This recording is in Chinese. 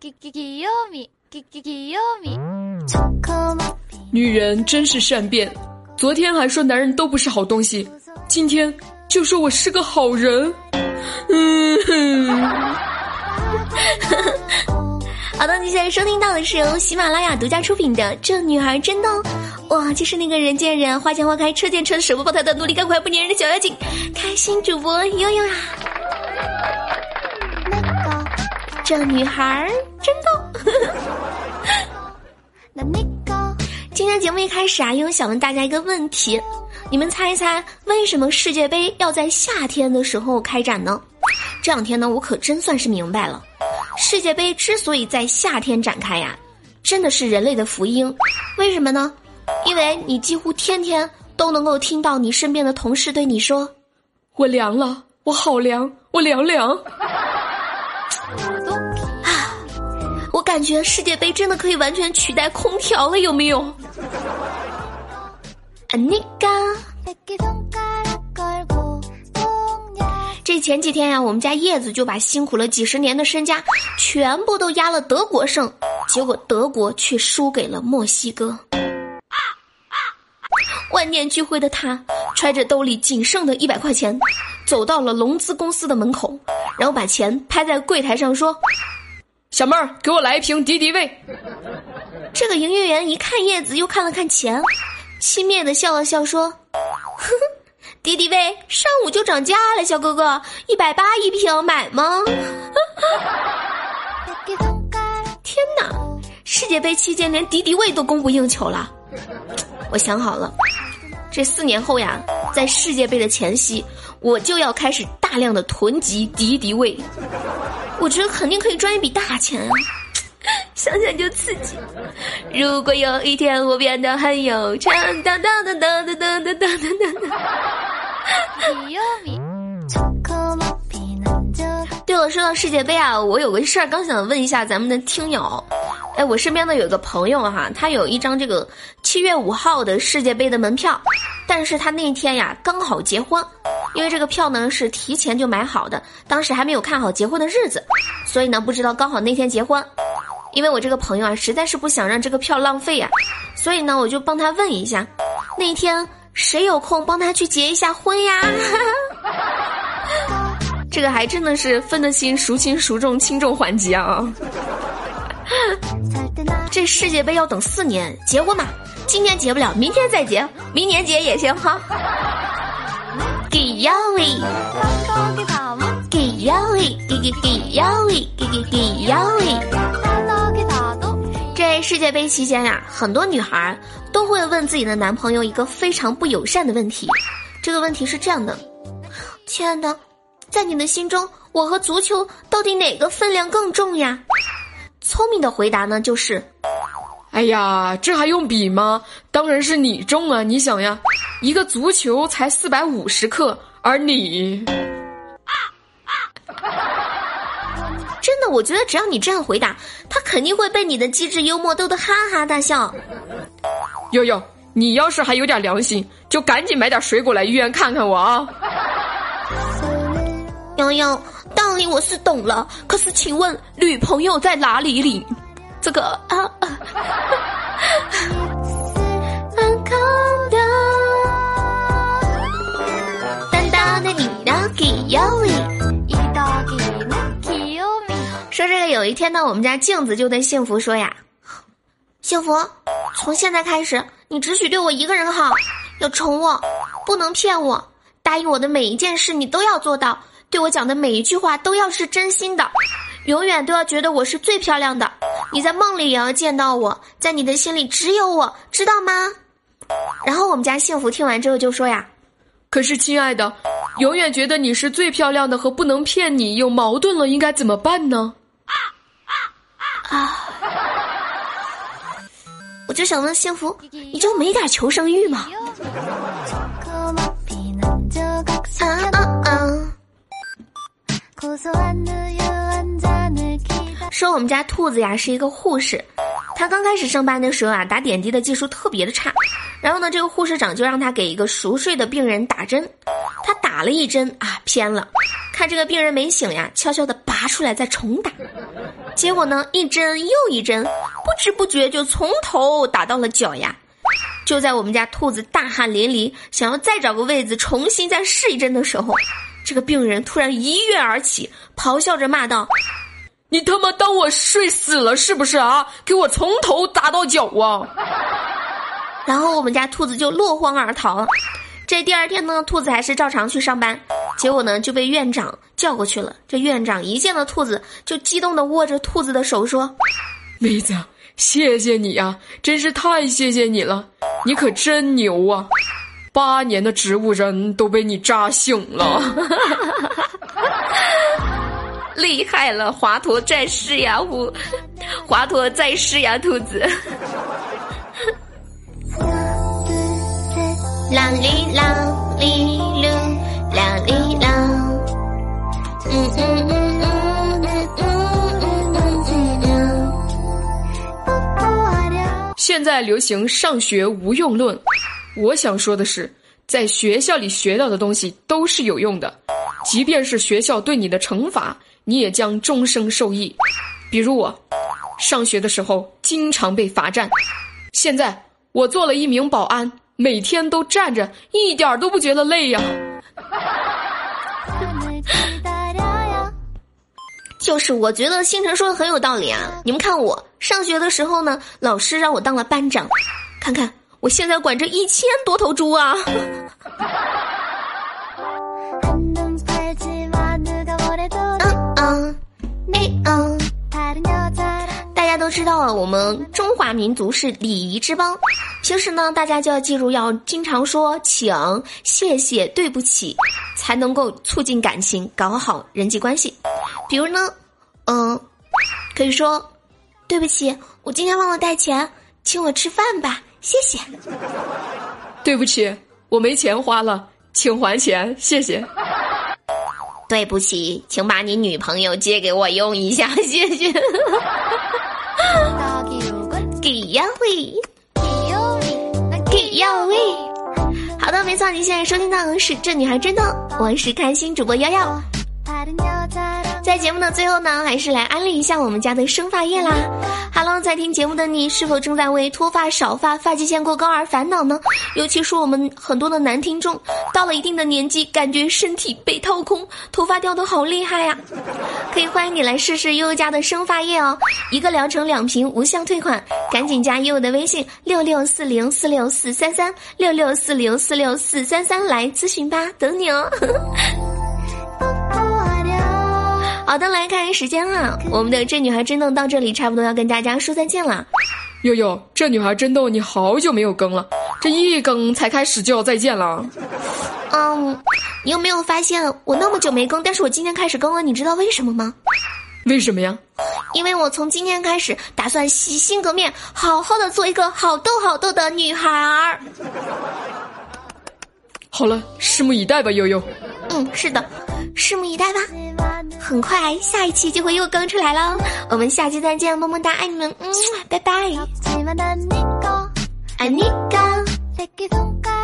女人真是善变，昨天还说男人都不是好东西，今天就说我是个好人。 好的，你现在收听到的是由喜马拉雅独家出品的《这女孩真逗》，哇，就是那个人见人花见花开车见车手不爆胎的努力干快不粘人的小妖精，开心主播悠悠啊！这女孩真逗。今天节目一开始啊，悠悠想问大家一个问题，你们猜一猜为什么世界杯要在夏天的时候开展呢？这两天呢，我可真算是明白了，世界杯之所以在夏天展开呀，真的是人类的福音。为什么呢？因为你几乎天天都能够听到你身边的同事对你说， 我凉了，我好凉，我凉凉。 我感觉世界杯真的可以完全取代空调了，有没有？这前几天呀，我们家叶子就把辛苦了几十年的身家全部都押了德国胜，结果德国却输给了墨西哥。万念俱灰的他揣着兜里仅剩的100块钱，走到了龙资公司的门口，然后把钱拍在柜台上说， 小妹儿，给我来一瓶敌敌畏。 这个营业员一看叶子，又看了看钱，轻蔑地笑了笑说，呵呵，敌敌畏上午就涨价了，小哥哥，180一瓶，买吗？天哪，世界杯期间连敌敌畏都供不应求了。我想好了，这4年后呀，在世界杯的前夕，我就要开始大量的囤积敌敌畏，我觉得肯定可以赚一笔大钱啊，想想就刺激。如果有一天我变得很有钱，当当当当当当当当当。对了，说到世界杯啊，我有个事儿刚想问一下咱们的听友。我身边的有一个朋友哈，他有一张这个7月5号的世界杯的门票，但是他那天呀刚好结婚，因为这个票呢是提前就买好的，当时还没有看好结婚的日子，所以呢不知道刚好那天结婚。因为我这个朋友啊实在是不想让这个票浪费啊，所以呢我就帮他问一下，那天谁有空帮他去结一下婚呀？这个还真的是分得清孰轻孰重，轻重缓急啊。这世界杯要等4年，结婚嘛，今年结不了，明天再结，明年结也行哈。给腰喂，给腰喂，给腰喂，给腰喂。这世界杯期间呀，很多女孩都会问自己的男朋友一个非常不友善的问题。这个问题是这样的，亲爱的，在你的心中，我和足球到底哪个分量更重呀？聪明的回答呢就是， 哎呀，这还用比吗？当然是你重啊！你想呀，一个足球才450克，而你…… 真的，我觉得只要你这样回答，他肯定会被你的机智幽默逗得哈哈大笑。 悠悠，你要是还有点良心，就赶紧买点水果来医院看看我啊！ 悠悠，道理我是懂了，可是请问女朋友在哪里里？这个说这个有一天呢，我们家镜子就对幸福说呀，幸福，从现在开始你只许对我一个人好，要宠我，不能骗我，答应我的每一件事你都要做到，对我讲的每一句话都要是真心的，永远都要觉得我是最漂亮的，你在梦里也要见到我，在你的心里只有我，知道吗？然后我们家幸福听完之后就说呀， 可是亲爱的，永远觉得你是最漂亮的和不能骗你有矛盾了，应该怎么办呢？ 我就想问幸福，你就没点求生欲吗？说我们家兔子呀是一个护士，他刚开始上班的时候啊，打点滴的技术特别的差，然后呢这个护士长就让他给一个熟睡的病人打针，他打了一针啊偏了， 看这个病人没醒呀，悄悄地拔出来再重打。结果呢，一针又一针，不知不觉就从头打到了脚呀。就在我们家兔子大汗淋漓，想要再找个位子重新再试一针的时候，这个病人突然一跃而起，咆哮着骂道： 你他妈当我睡死了是不是啊？给我从头打到脚啊！ 然后我们家兔子就落荒而逃了。这第二天呢，兔子还是照常去上班，结果呢就被院长叫过去了。这院长一见到兔子，就激动地握着兔子的手说： 妹子，谢谢你啊，真是太谢谢你了，你可真牛啊！8年的植物人都被你扎醒了。 厉害了，华佗在世呀，华佗在世呀，兔子。啦哩啦哩噜，啦哩啦。 现在流行上学无用论，我想说的是，在学校里学到的东西都是有用的，即便是学校对你的惩罚，你也将终生受益。比如我上学的时候经常被罚站，现在我做了一名保安，每天都站着，一点都不觉得累呀。 就是我觉得星辰说的很有道理啊！你们看我上学的时候呢，老师让我当了班长，看看我现在管着1000多头猪啊！大家都知道啊，我们中华民族是礼仪之邦，平时呢大家就要记住要经常说请、谢谢、对不起，才能够促进感情，搞好人际关系。比如呢可以说对不起，我今天忘了带钱，请我吃饭吧，谢谢。 对不起，我没钱花了，请还钱，谢谢。 对不起，请把你女朋友借给我用一下，谢谢。给呀喂，给呀喂。好的，没错，你现在收听到的是这女孩真的，我是开心主播瑶瑶。在节目的最后呢，还是来安利一下我们家的生发液啦。Hello， 在听节目的你是否正在为脱发、少发、发际线过高而烦恼呢？尤其是我们很多的男听众，到了一定的年纪，感觉身体被掏空，头发掉得好厉害呀！可以欢迎你来试试悠悠家的生发液哦，一个疗程2瓶无效退款，赶紧加悠悠的微信6640464433 6640464433来咨询吧，等你哦。好的，来看时间了，我们的这女孩真逗到这里差不多要跟大家说再见了。 悠悠，这女孩真逗，你好久没有更了，这一更才开始就要再见了。 你有没有发现我那么久没更，但是我今天开始更了，你知道为什么吗？ 为什么呀？ 因为我从今天开始打算洗心革面，好好的做一个好逗好逗的女孩。 好了，拭目以待吧，悠悠。 是的，拭目以待吧。很快下一期就会又更出来了，我们下期再见，么么哒，爱你们，拜拜。